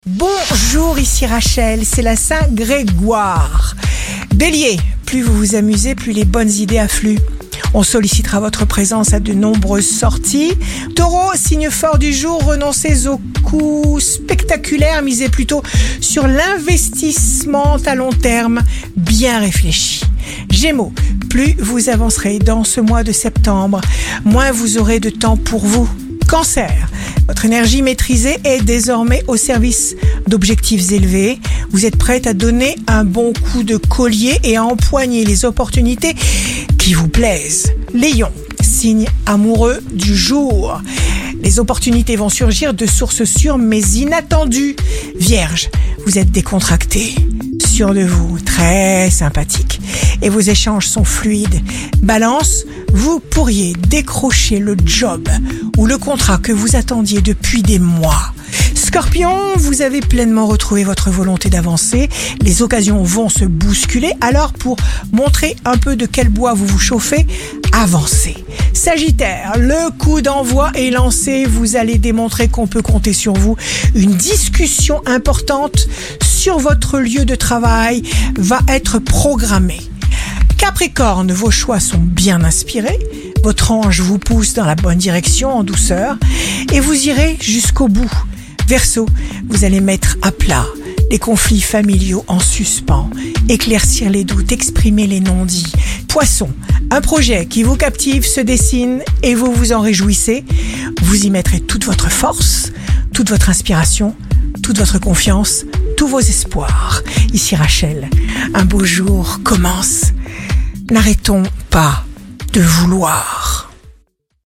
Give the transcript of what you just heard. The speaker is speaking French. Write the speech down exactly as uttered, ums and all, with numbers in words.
Bonjour, ici Rachel, c'est la Saint-Grégoire. Bélier, plus vous vous amusez, plus les bonnes idées affluent. On sollicitera votre présence à de nombreuses sorties. Taureau, signe fort du jour, renoncez aux coups spectaculaires, misez plutôt sur l'investissement à long terme, bien réfléchi. Gémeaux, plus vous avancerez dans ce mois de septembre, moins vous aurez de temps pour vous. Cancer, votre énergie maîtrisée est désormais au service d'objectifs élevés. Vous êtes prête à donner un bon coup de collier et à empoigner les opportunités qui vous plaisent. Lion, signe amoureux du jour. Les opportunités vont surgir de sources sûres mais inattendues. Vierge, vous êtes décontracté, sûr de vous, très sympathique et vos échanges sont fluides. Balance, vous pourriez décrocher le job ou le contrat que vous attendiez depuis des mois. Scorpion, vous avez pleinement retrouvé votre volonté d'avancer. Les occasions vont se bousculer. Alors, pour montrer un peu de quel bois vous vous chauffez, avancez. Sagittaire, le coup d'envoi est lancé. Vous allez démontrer qu'on peut compter sur vous. Une discussion importante sur votre lieu de travail va être programmée. Capricorne, vos choix sont bien inspirés. Votre ange vous pousse dans la bonne direction en douceur et vous irez jusqu'au bout. Verseau, vous allez mettre à plat les conflits familiaux en suspens, éclaircir les doutes, exprimer les non-dits. Poisson, un projet qui vous captive se dessine et vous vous en réjouissez. Vous y mettrez toute votre force, toute votre inspiration, toute votre confiance, tous vos espoirs. Ici Rachel, un beau jour commence. N'arrêtons pas de vouloir.